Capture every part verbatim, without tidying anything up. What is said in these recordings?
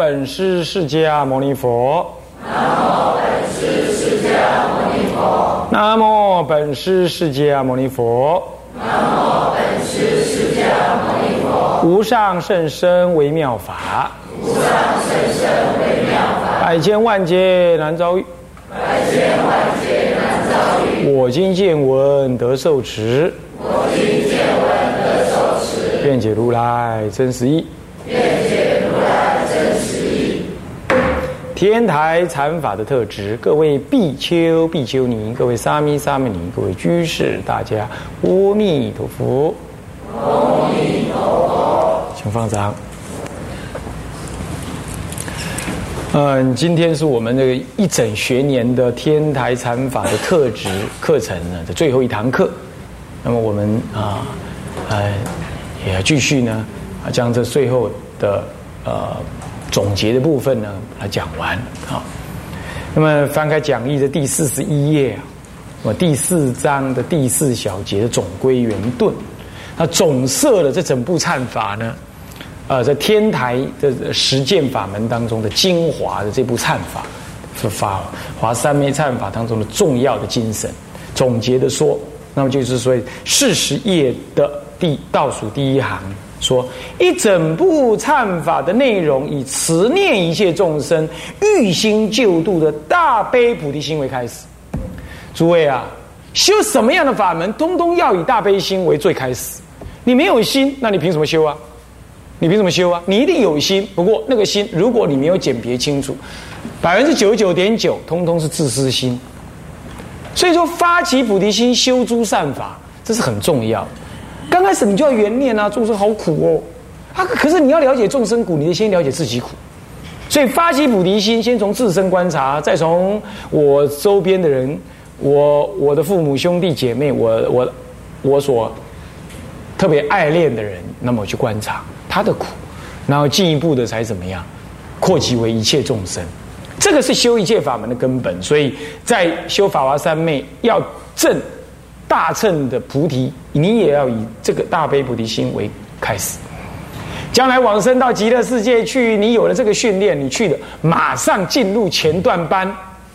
本师释迦牟尼佛。 南无本师释迦牟尼佛。 南无本师释迦牟尼佛。 南无本师释迦牟尼佛。 无上甚深微妙法。 无上甚深微妙法。 百千万劫难遭遇。 百千万劫难遭遇。 我今见闻得受持。 我今见闻得受持。 愿解如来真实义。 愿解如来真实义。 天台禅法的特质，各位比丘、比丘尼，各位沙弥、沙弥尼，各位居士，大家阿弥陀佛。 阿弥陀佛。 请放掌。嗯，今天是我们这个一整学年的天台禅法的特质课程呢的最后一堂课。那么我们啊，呃，也要继续呢，啊，将这最后的呃总结的部分呢，把它讲完啊。那么翻开讲义的第四十一页啊，我第四章的第四小节的总归圆顿，它总摄了这整部忏法呢，呃，在天台的实践法门当中的精华的这部忏法，是法华三昧忏法当中的重要的精神。总结的说，那么就是说四十页的第倒数第一行说，一整部忏法的内容以慈念一切众生、欲心救度的大悲菩提心为开始。诸位啊，修什么样的法门，通通要以大悲心为最开始。你没有心，那你凭什么修啊？你凭什么修啊？你一定有心，不过那个心，如果你没有鉴别清楚，百分之九十九点九，通通是自私心。所以说，发起菩提心，修诸善法，这是很重要的。刚开始你就要缘念啊，众生好苦哦，啊，可是你要了解众生苦，你得先了解自己苦。所以发起菩提心，先从自身观察，再从我周边的人，我我的父母兄弟姐妹，我我我所特别爱恋的人，那么我去观察他的苦，然后进一步的才怎么样，扩及为一切众生。这个是修一切法门的根本。所以在修法华三昧要证大乘的菩提，你也要以这个大悲菩提心为开始。将来往生到极乐世界去，你有了这个训练，你去的马上进入前段班，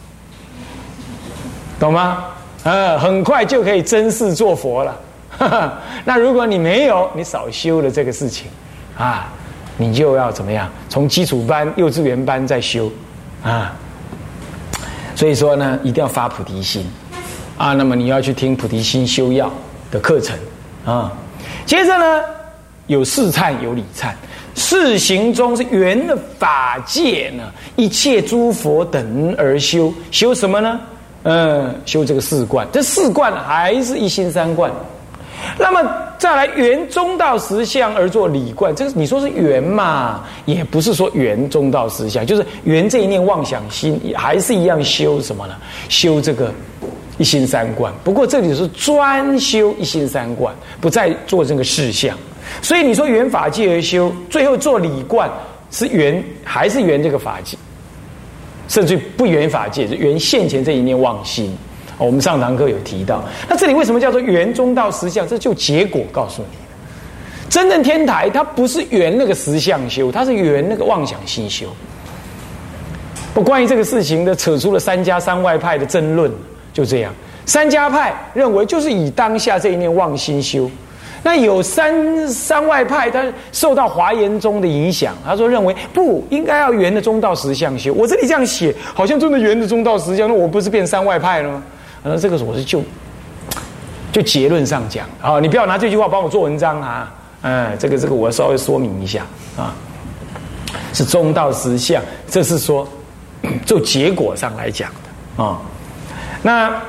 懂吗？呃，很快就可以真是做佛了。呵呵，那如果你没有，你少修了这个事情啊，你就要怎么样？从基础班、幼稚园班再修啊。所以说呢，一定要发菩提心啊。那么你要去听菩提心修要的课程啊。接着呢，有事忏有理忏，事行中是圆的法界呢，一切诸佛等而修，修什么呢？嗯，修这个四观。这四观还是一心三观。那么再来圆中道实相而做理观，这个你说是圆嘛，也不是说圆中道实相，就是圆这一念妄想心，还是一样修什么呢？修这个一心三观。不过这里是专修一心三观，不再做这个事项。所以你说圆法界而修，最后做理观是圆，还是圆这个法界，甚至不圆法界，是圆现前这一念妄心。我们上堂课有提到，那这里为什么叫做圆中道实相？这就结果告诉你的。真正天台它不是圆那个实相修，它是圆那个妄想心修。不，关于这个事情的扯出了三家三外派的争论，就这样。三家派认为就是以当下这一念妄心修，那有三三外派他受到华严宗的影响，他说认为不应该要圆的中道实相修。我这里这样写，好像真的圆的中道实相，那我不是变三外派了吗？那这个我是就就结论上讲啊，你不要拿这句话帮我做文章啊，嗯，这个这个我稍微说明一下啊，是中道实相，这是说就结果上来讲的啊。那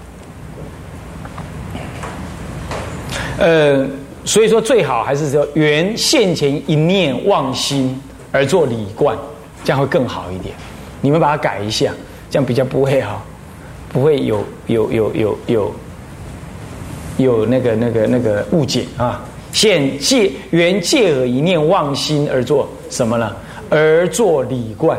呃，所以说最好还是说圆现前一念妄心而做理观，这样会更好一点。你们把它改一下，这样比较不会哈。不会有有有有有有那个那个那个误解啊！现借缘借而一念妄心而做什么呢？而做理观，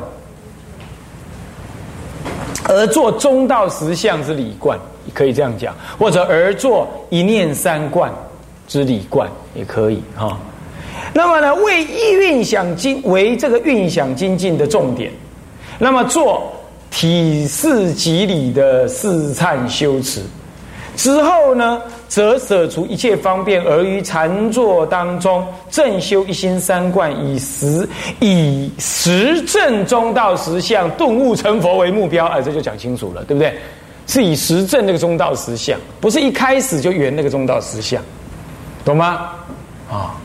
而做中道实相之理观，可以这样讲，或者而做一念三观之理观也可以啊。 那么呢，为运想精为这个运想精进的重点，那么做体式即理的四忏修持之后呢，则舍除一切方便，而于禅坐当中正修一心三观，以实以实证中道实相，顿悟成佛为目标。哎，这就讲清楚了，对不对？是以实证那个中道实相，不是一开始就圆那个中道实相，懂吗？啊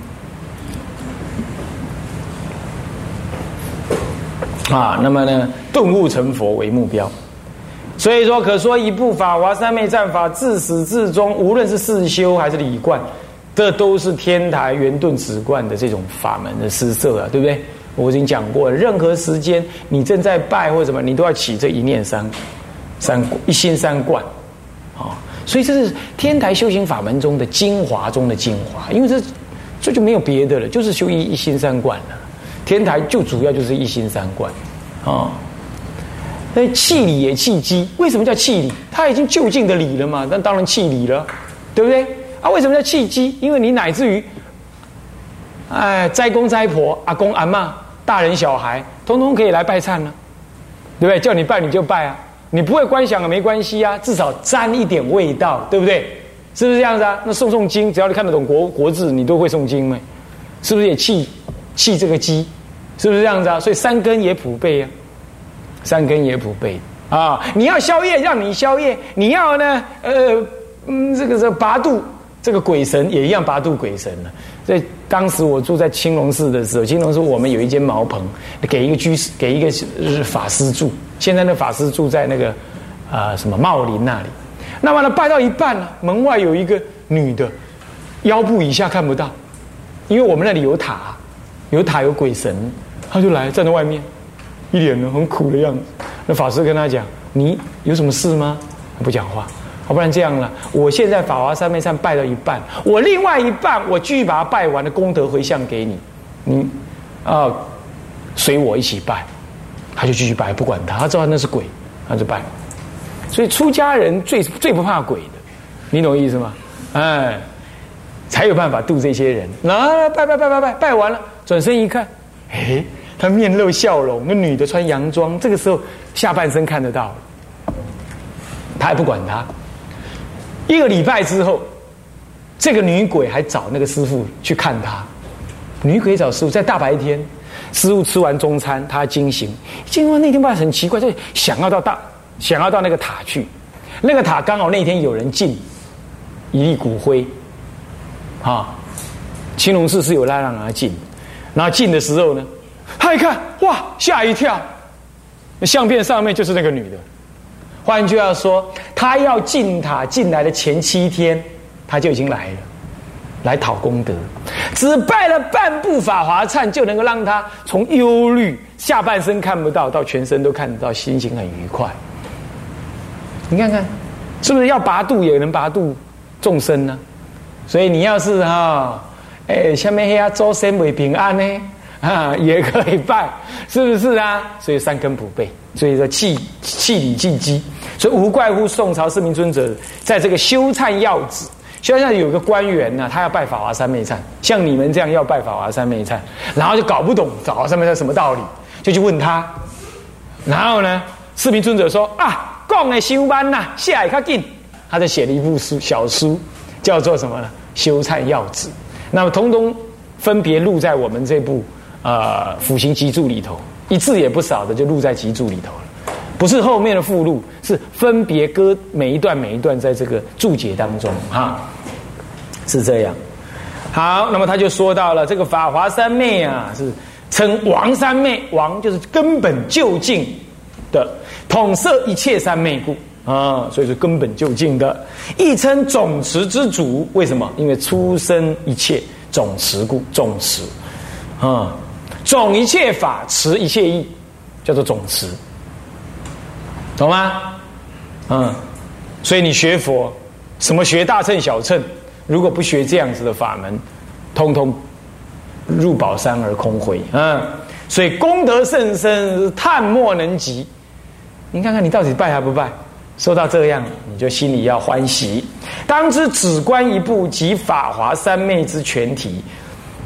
啊，那么呢，顿悟成佛为目标。所以说，可说一部法华三昧战法自始至终，无论是四修还是理观，这都是天台圆顿止观的这种法门的施设啊，对不对？我已经讲过了，任何时间你正在拜或什么，你都要起这一念三三一心三观啊。所以这是天台修行法门中的精华中的精华，因为这这就没有别的了，就是修一一心三观了。天台就主要就是一心三观啊。那气理也气机，为什么叫气理？它已经就近的理了嘛，那当然气理了，对不对？啊，为什么叫气机？因为你乃至于，哎，斋公斋婆、阿公阿嬷、大人小孩，通通可以来拜忏了，对不对？叫你拜你就拜啊，你不会观想啊，没关系啊，至少沾一点味道，对不对？是不是这样子啊？那诵诵经，只要你看得懂国国字，你都会诵经嘛，是不是也气气这个机？是不是这样子啊？所以三根也普备啊。三根也普备啊！你要消业，让你消业；你要呢，呃，嗯，这个这拔度，这个鬼神也一样拔度鬼神了。所以当时我住在青龙寺的时候，青龙寺我们有一间茅棚，给一个居士，给一个法师住。现在那法师住在那个啊、呃、什么茂林那里。那么呢，拜到一半了，门外有一个女的，腰部以下看不到，因为我们那里有塔，有塔有鬼神，她就来站在外面。一脸呢很苦的样子，那法师跟他讲：“你有什么事吗？”他不讲话，要不然这样了，我现在法华三昧忏拜到一半，我另外一半我继续把它拜完的功德回向给你，你啊随我一起拜，他就继续拜，不管他，他知道那是鬼，他就拜。所以出家人最最不怕鬼的，你懂意思吗？哎，才有办法度这些人。那拜拜拜拜拜拜完了，转身一看，哎。她面露笑容，那女的穿洋装，这个时候下半身看得到了，他还不管她。一个礼拜之后，这个女鬼还找那个师父去看她。女鬼找师父，在大白天，师父吃完中餐，他惊醒，惊完那天吧很奇怪，就想要到大，想要到那个塔去。那个塔刚好那天有人进一粒骨灰，啊，青龙寺是有拉让他进，然后进的时候呢。他一看，哇，吓一跳！相片上面就是那个女的。换句话说，他要进塔进来的前七天，他就已经来了，来讨功德。只拜了半部法华忏，就能够让他从忧虑下半身看不到，到全身都看得到，心情很愉快。你看看，是不是要拔度也能拔度众生呢？所以你要是哈，哎，下面黑呀周身为平安呢？啊，也可以拜，是不是啊？所以三根普备，所以说气气理气机，所以无怪乎宋朝释明尊者在这个修忏要旨，修忏有个官员呢、啊，他要拜法华三昧忏，像你们这样要拜法华三昧忏，然后就搞不懂法华三昧忏什么道理，就去问他，然后呢，释明尊者说啊，讲的修慢呐，写得较紧，他就写了一部书小书，叫做什么呢？修忏要旨，那么通通分别录在我们这部。呃，辅行集注里头，一字也不少的就录在集注里头了，不是后面的附录，是分别割每一段每一段在这个注解当中哈，是这样。好，那么他就说到了这个法华三昧啊，是称王三昧，王就是根本究竟的，统摄一切三昧故啊，所以是根本究竟的，亦称总持之主。为什么？因为出生一切总持故，总持啊。总一切法，持一切义，叫做总持，懂吗？嗯，所以你学佛，什么学大乘小乘，如果不学这样子的法门，通通入宝山而空回。嗯，所以功德甚深，叹莫能及。你看看你到底拜还不拜？说到这样，你就心里要欢喜。当知只观一部，即法华三昧之全体。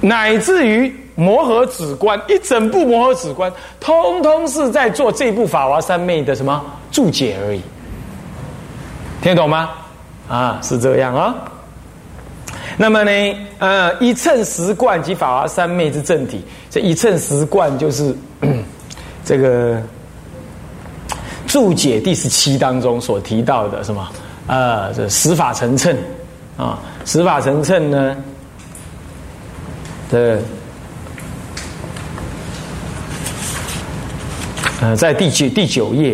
乃至于摩诃止观，一整部摩诃止观，通通是在做这部法华三昧的什么注解而已。听得懂吗？啊，是这样啊。那么呢，呃，一乘十观及法华三昧之正体，这一乘十观就是这个注解第十七当中所提到的什么？呃，这十法成称啊，十法成称呢，的呃，在第九第九页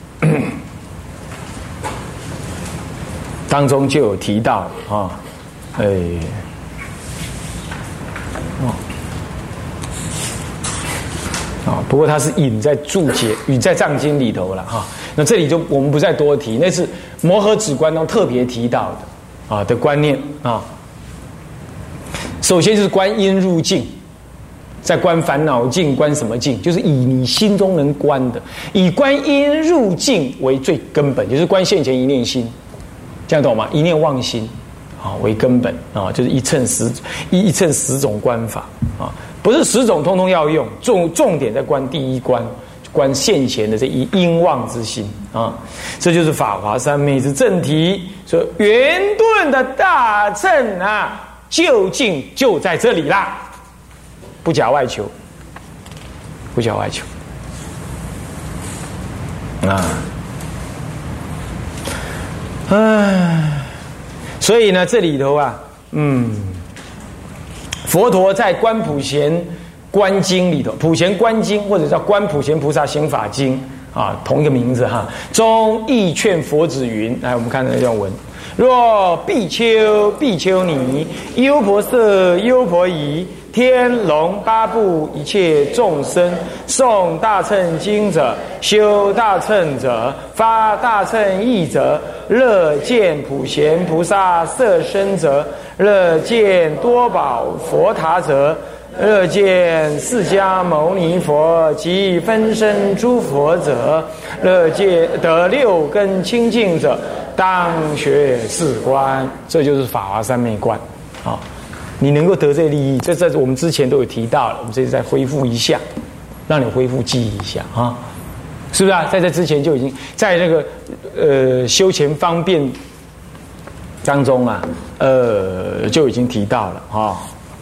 当中就有提到啊，哎，哦，啊，不过它是引在注解与在藏经里头了哈。那这里就我们不再多提，那是摩诃止观中特别提到的啊的观念啊。首先就是观因入境，在观烦恼境，观什么境？就是以你心中能观的，以观因入境为最根本，就是观现前一念心，这样懂吗？一念妄心啊为根本啊，就是一乘十一一乘十种观法啊，不是十种通通要用，重重点在观第一观。观现前的这一因妄之心啊，这就是法华三昧之正题。说圆顿的大乘啊，究竟就在这里啦，不假外求，不假外求啊，唉，所以呢，这里头啊，嗯，佛陀在观普贤观经里头，普贤观经或者叫观普贤菩萨行法经啊，同一个名字哈。中亦劝佛子云：来，我们看这段文。若比丘、比丘尼、优婆塞、优婆夷、天龙八部一切众生，诵大乘经者，修大乘者，发大乘意者，乐见普贤菩萨色身者，乐见多宝佛塔者，乐见释迦牟尼佛及分身诸佛者，乐见得六根清净者，当学是观。这就是法华三昧观啊！你能够得这利益，这在我们之前都有提到了，我们这次再恢复一下，让你恢复记忆一下啊，是不是啊？在这之前就已经在那个呃修前方便当中啊，呃就已经提到了啊。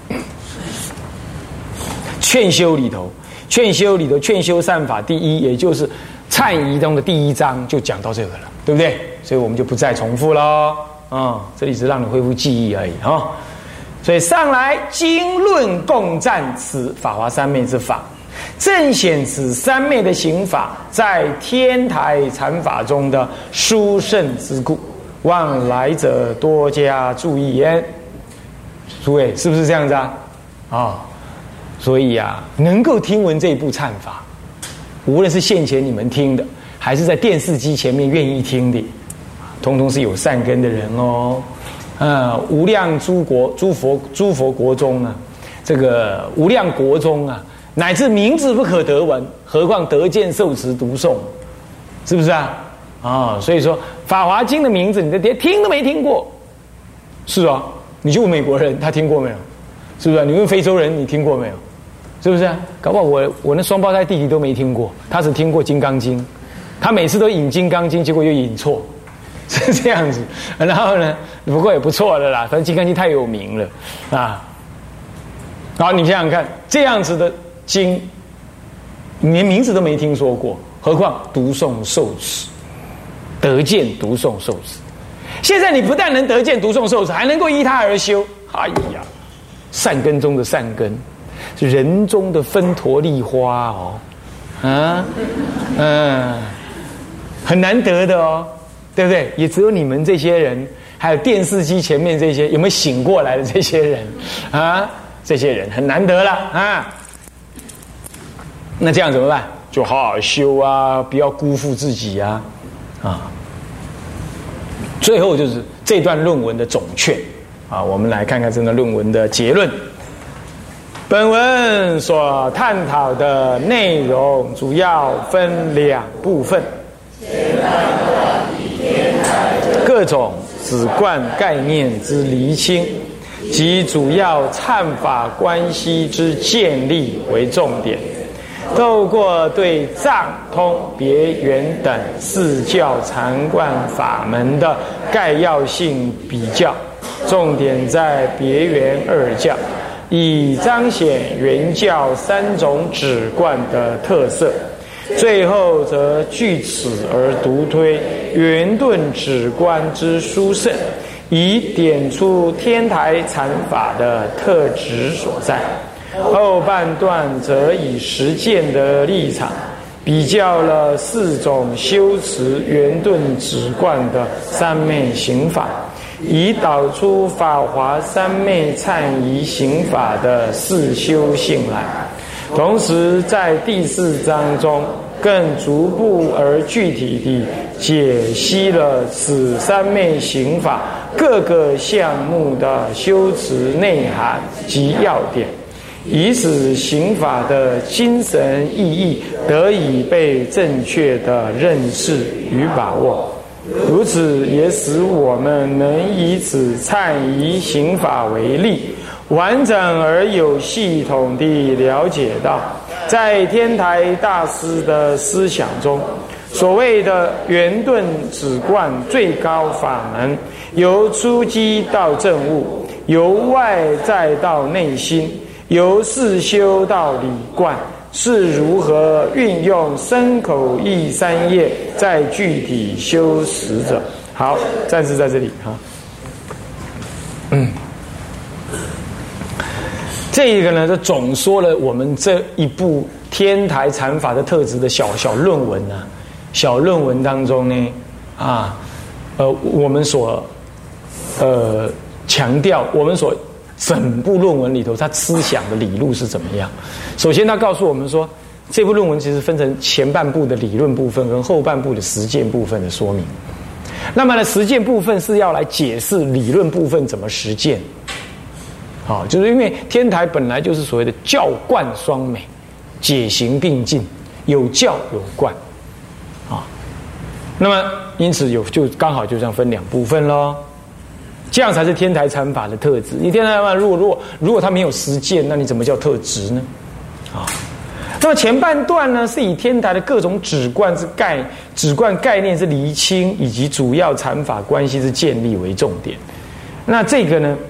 劝修里头，劝修里头，劝修善法第一，也就是忏仪中的第一章就讲到这个了，对不对？所以我们就不再重复喽。啊、嗯，这里是让你恢复记忆而已啊、哦。所以上来经论共赞此法华三昧之法，正显此三昧的行法在天台禅法中的殊胜之故，望来者多加注意焉。诸位是不是这样子啊？啊、哦。所以啊，能够听闻这一部忏法，无论是现前你们听的，还是在电视机前面愿意听的，通通是有善根的人哦。呃，无量诸国、诸佛、诸佛国中啊，这个无量国中啊，乃至名字不可得闻，何况得见受持读诵，是不是啊？啊，所以说《法华经》的名字，你连听都没听过，是啊？你去问美国人，他听过没有？是不是啊？你问非洲人，你听过没有？是不是啊？搞不好我我那双胞胎弟弟都没听过，他只听过《金刚经》，他每次都引《金刚经》，结果又引错，是这样子。然后呢，不过也不错的啦，反正《金刚经》太有名了啊。好，你想想看，这样子的经，你连名字都没听说过，何况读诵受持，得见读诵受持。现在你不但能得见读诵受持，还能够依他而修。哎呀，善根中的善根。是人中的分陀利花哦，啊，嗯，很难得的哦，对不对？也只有你们这些人，还有电视机前面这些有没有醒过来的这些人啊？这些人很难得了啊。那这样怎么办？就好好修啊，不要辜负自己啊，啊。最后就是这段论文的总劝啊，我们来看看这段论文的结论。本文所探讨的内容主要分两部分，各种止观概念之厘清， 及主要忏法关系之建立为重点。透过对藏、通、别、圆等四教禅观法门的概要性比较，重点在别圆二教，以彰显圆教三种止观的特色。最后则据此而独推圆顿止观之殊胜，以点出天台禅法的特质所在。后半段则以实践的立场，比较了四种修持圆顿止观的三昧行法，以导出法华三昧忏仪行法的四修性来。同时在第四章中更逐步而具体地解析了此三昧行法各个项目的修持内涵及要点，以使行法的精神意义得以被正确的认识与把握。如此也使我们能以此忏仪行法为例，完整而有系统地了解到，在天台大师的思想中，所谓的圆顿止观最高法门，由初机到正悟，由外在到内心，由事修到理观，是如何运用身口意三业在具体修持者。好，暂时在这里哈。嗯，这个呢，就总说了我们这一部天台禅法的特质的小小论文呢、啊，小论文当中呢，啊，呃，我们所呃强调，我们所整部论文里头，它思想的理路是怎么样？首先，他告诉我们说，这部论文其实分成前半部的理论部分跟后半部的实践部分的说明。那么呢，实践部分是要来解释理论部分怎么实践。好，就是因为天台本来就是所谓的教观双美，解行并进，有教有观，啊，那么因此有就刚好就这样分两部分咯。这样才是天台禅法的特质。你天台禅法如果如果如果它没有实践，那你怎么叫特质呢？啊，那么前半段呢，是以天台的各种止观之概止观概念之厘清，以及主要禅法关系之建立为重点。那这个呢，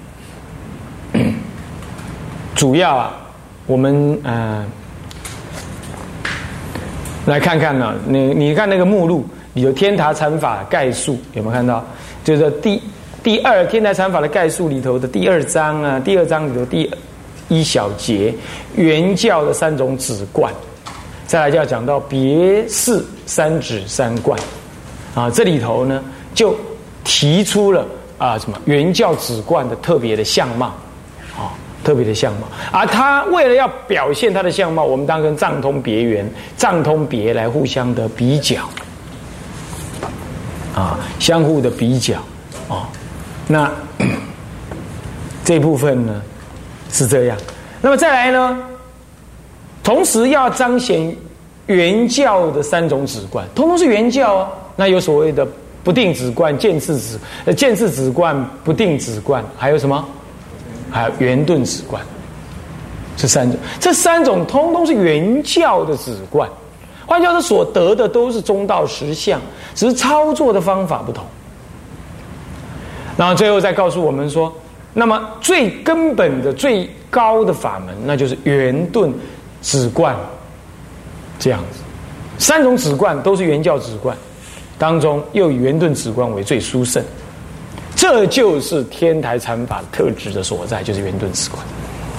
主要啊，我们呃来看看呢、啊，你你看那个目录里有天台禅法概述，有没有看到？就是第第二天台禅法的概述里头的第二章啊，第二章里头第一小节圆教的三种止观，再来就要讲到别事三止三观啊，这里头呢就提出了啊什么圆教止观的特别的相貌啊，特别的相貌。而他为了要表现他的相貌，我们当跟藏通别圆、藏通别来互相的比较啊，相互的比较啊。那这部分呢是这样，那么再来呢，同时要彰显圆教的三种止观，通通是圆教啊。那有所谓的不定止观、见次止、呃见次止观、不定止观，还有什么？还有圆顿止观，这三种，这三种通通是圆教的止观。换句话说，所得的都是中道实相，只是操作的方法不同。然后最后再告诉我们说，那么最根本的、最高的法门，那就是圆顿止观，这样子。三种止观都是圆教止观，当中又以圆顿止观为最殊胜。这就是天台禅法特质的所在，就是圆顿止观。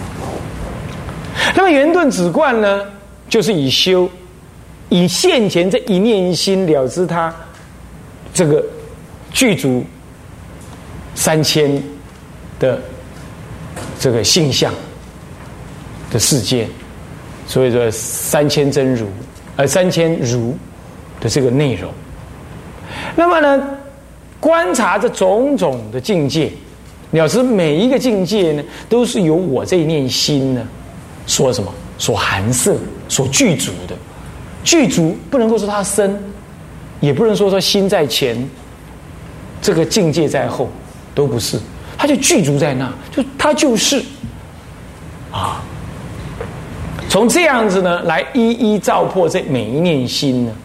那么圆顿止观呢，就是以修。以现前这一念心了知他这个具足三千的这个性相的世界，所以说三千真如，呃三千如的这个内容。那么呢，观察这种种的境界，了知每一个境界呢，都是由我这一念心呢所什么所含摄、所具足的。具足不能够说它深，也不能说说心在前，这个境界在后，都不是。 它就具足在那，就它就是啊。从这样子呢，来一一照破这每一念心呢，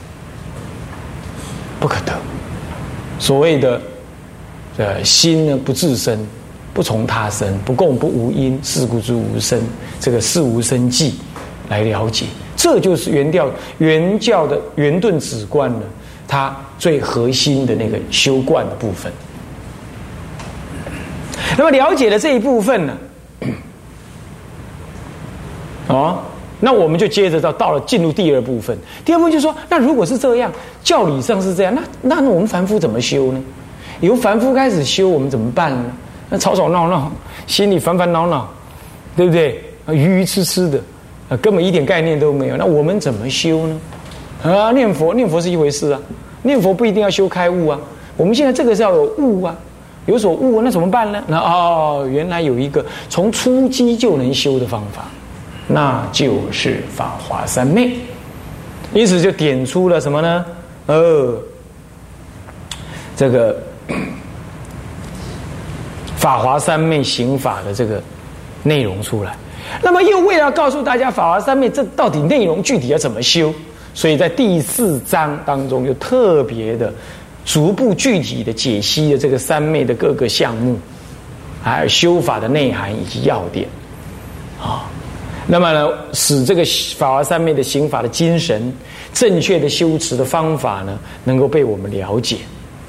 不可得。所谓的呃心呢，不自生，不从他生，不共不无因，是故知无生。这个事无生计来了解，这就是原教原教的圆顿止观呢，它最核心的那个修观的部分。那么了解了这一部分呢，哦，那我们就接着到到了进入第二部分。第二部分就说，那如果是这样，教理上是这样，那那我们凡夫怎么修呢？由凡夫开始修，我们怎么办呢？那吵吵闹闹，心里烦烦恼恼，对不对？愚愚痴痴的，啊，根本一点概念都没有。那我们怎么修呢？啊，念佛，念佛是一回事啊，念佛不一定要修开悟啊。我们现在这个是要有悟啊，有所悟，那怎么办呢？那哦，原来有一个从初机就能修的方法。那就是法华三昧，因此就点出了什么呢？呃，这个法华三昧行法的这个内容出来。那么又为了告诉大家法华三昧这到底内容具体要怎么修，所以在第四章当中就特别的逐步具体的解析了这个三昧的各个项目，还有修法的内涵以及要点啊。那么呢，使这个法华三昧的行法的精神、正确的修持的方法呢，能够被我们了解，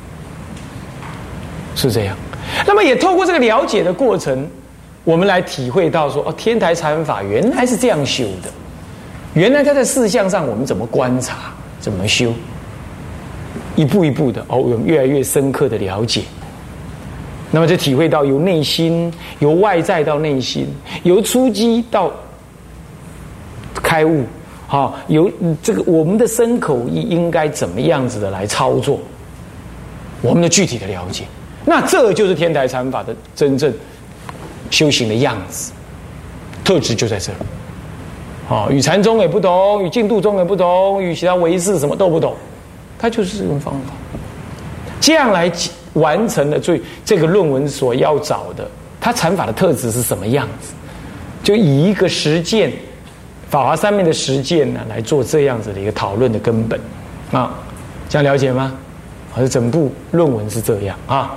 是这样。那么也透过这个了解的过程，我们来体会到说，哦，天台禅法原来是这样修的，原来它在事项上我们怎么观察、怎么修，一步一步的哦，我们越来越深刻的了解。那么就体会到由内心、由外在到内心，由初机到开悟，好、哦，由这个我们的身口意应该怎么样子的来操作，我们的具体的了解，那这就是天台禅法的真正修行的样子，特质就在这儿。哦，与禅宗也不同，与净土宗也不同，与其他唯识什么都不同，它就是这种方法，这样来完成了最这个论文所要找的，它禅法的特质是什么样子，就以一个实践。法华三昧的实践呢，来做这样子的一个讨论的根本啊，这样了解吗？好，整部论文是这样啊。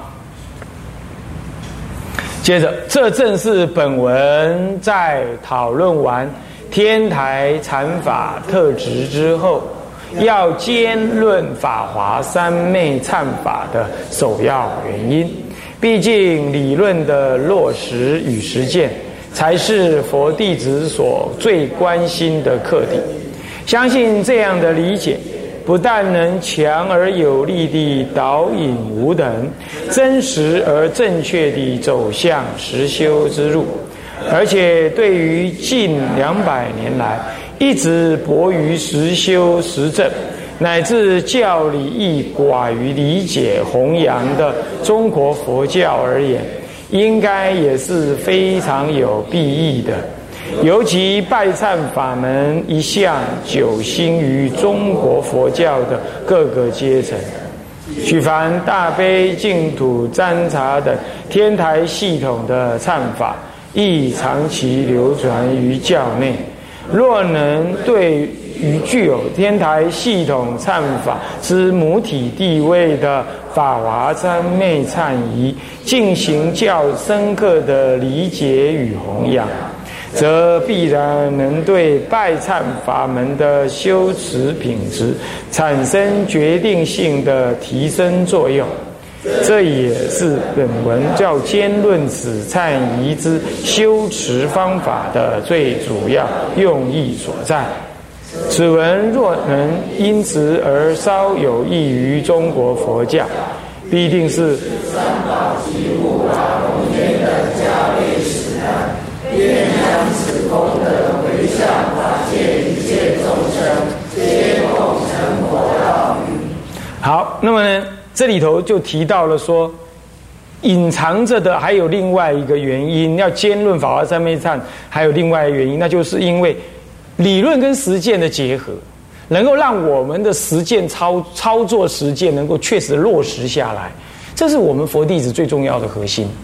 接着，这正是本文在讨论完天台禅法特质之后，要兼论法华三昧忏法的首要原因。毕竟理论的落实与实践，才是佛弟子所最关心的课题。相信这样的理解，不但能强而有力地导引吾等真实而正确地走向实修之路，而且对于近两百年来一直博于实修实证，乃至教理亦寡于理解弘扬的中国佛教而言，应该也是非常有裨益的。尤其拜忏法门一向久兴于中国佛教的各个阶层，举凡大悲、净土、占察等天台系统的忏法，亦长期流传于教内。若能对于具有天台系统忏法之母体地位的法华三昧忏仪进行较深刻的理解与弘扬，则必然能对拜忏法门的修持品质产生决定性的提升作用。这也是本文较兼论此忏仪之修持方法的最主要用意所在。此文若能因此而稍有益于中国佛教，必定是三宝及护法龙天的加倍使然，愿将此功德回向法界一切众生，皆共成佛道。好，那么呢，这里头就提到了说，隐藏着的还有另外一个原因，要兼论法华三昧忏，还有另外一个原因，那就是因为理论跟实践的结合，能够让我们的实践操操作实践能够确实落实下来，这是我们佛弟子最重要的核心。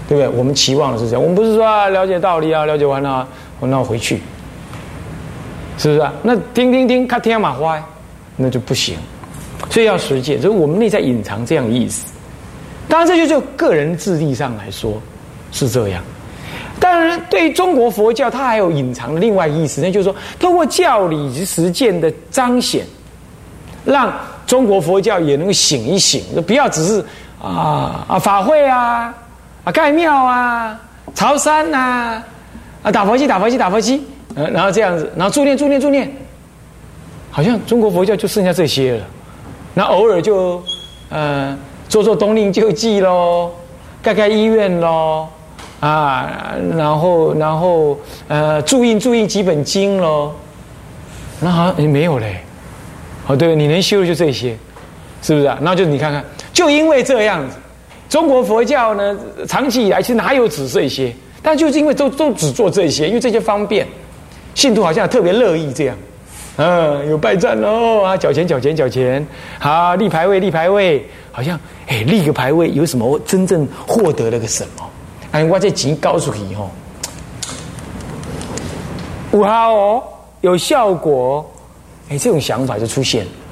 对不对？我们期望的是这样，我们不是说啊了解道理啊，了解完了、啊，那我回去，是不是啊？那听听听，看天马花，那就不行。所以要实践，所以我们内在隐藏这样的意思。当然，这就就个人智力上来说是这样。当然，对于中国佛教，它还有隐藏的另外意思，那就是说，通过教理及实践的彰显，让中国佛教也能够醒一醒，不要只是啊啊法会啊啊盖庙啊朝山呐啊打佛七打佛七打佛七，呃，然后这样子，然后助念助念助念，好像中国佛教就剩下这些了。那偶尔就呃做做冬令救济咯，盖盖医院咯，啊，然后然后呃注印注印几本经咯，那好像没有嘞。哦，对，你能修的就这些，是不是啊？那就你看看，就因为这样子，中国佛教呢，长期以来其实哪有只这些？但就是因为都都只做这些，因为这些方便，信徒好像特别乐意这样。嗯，有拜赞喽啊，缴钱缴钱缴钱，好立牌位立牌位，好像哎立个牌位有什么真正获得了个什么？哎，我这钱交出去吼，有效哦，有效果，哎，这种想法就出现了。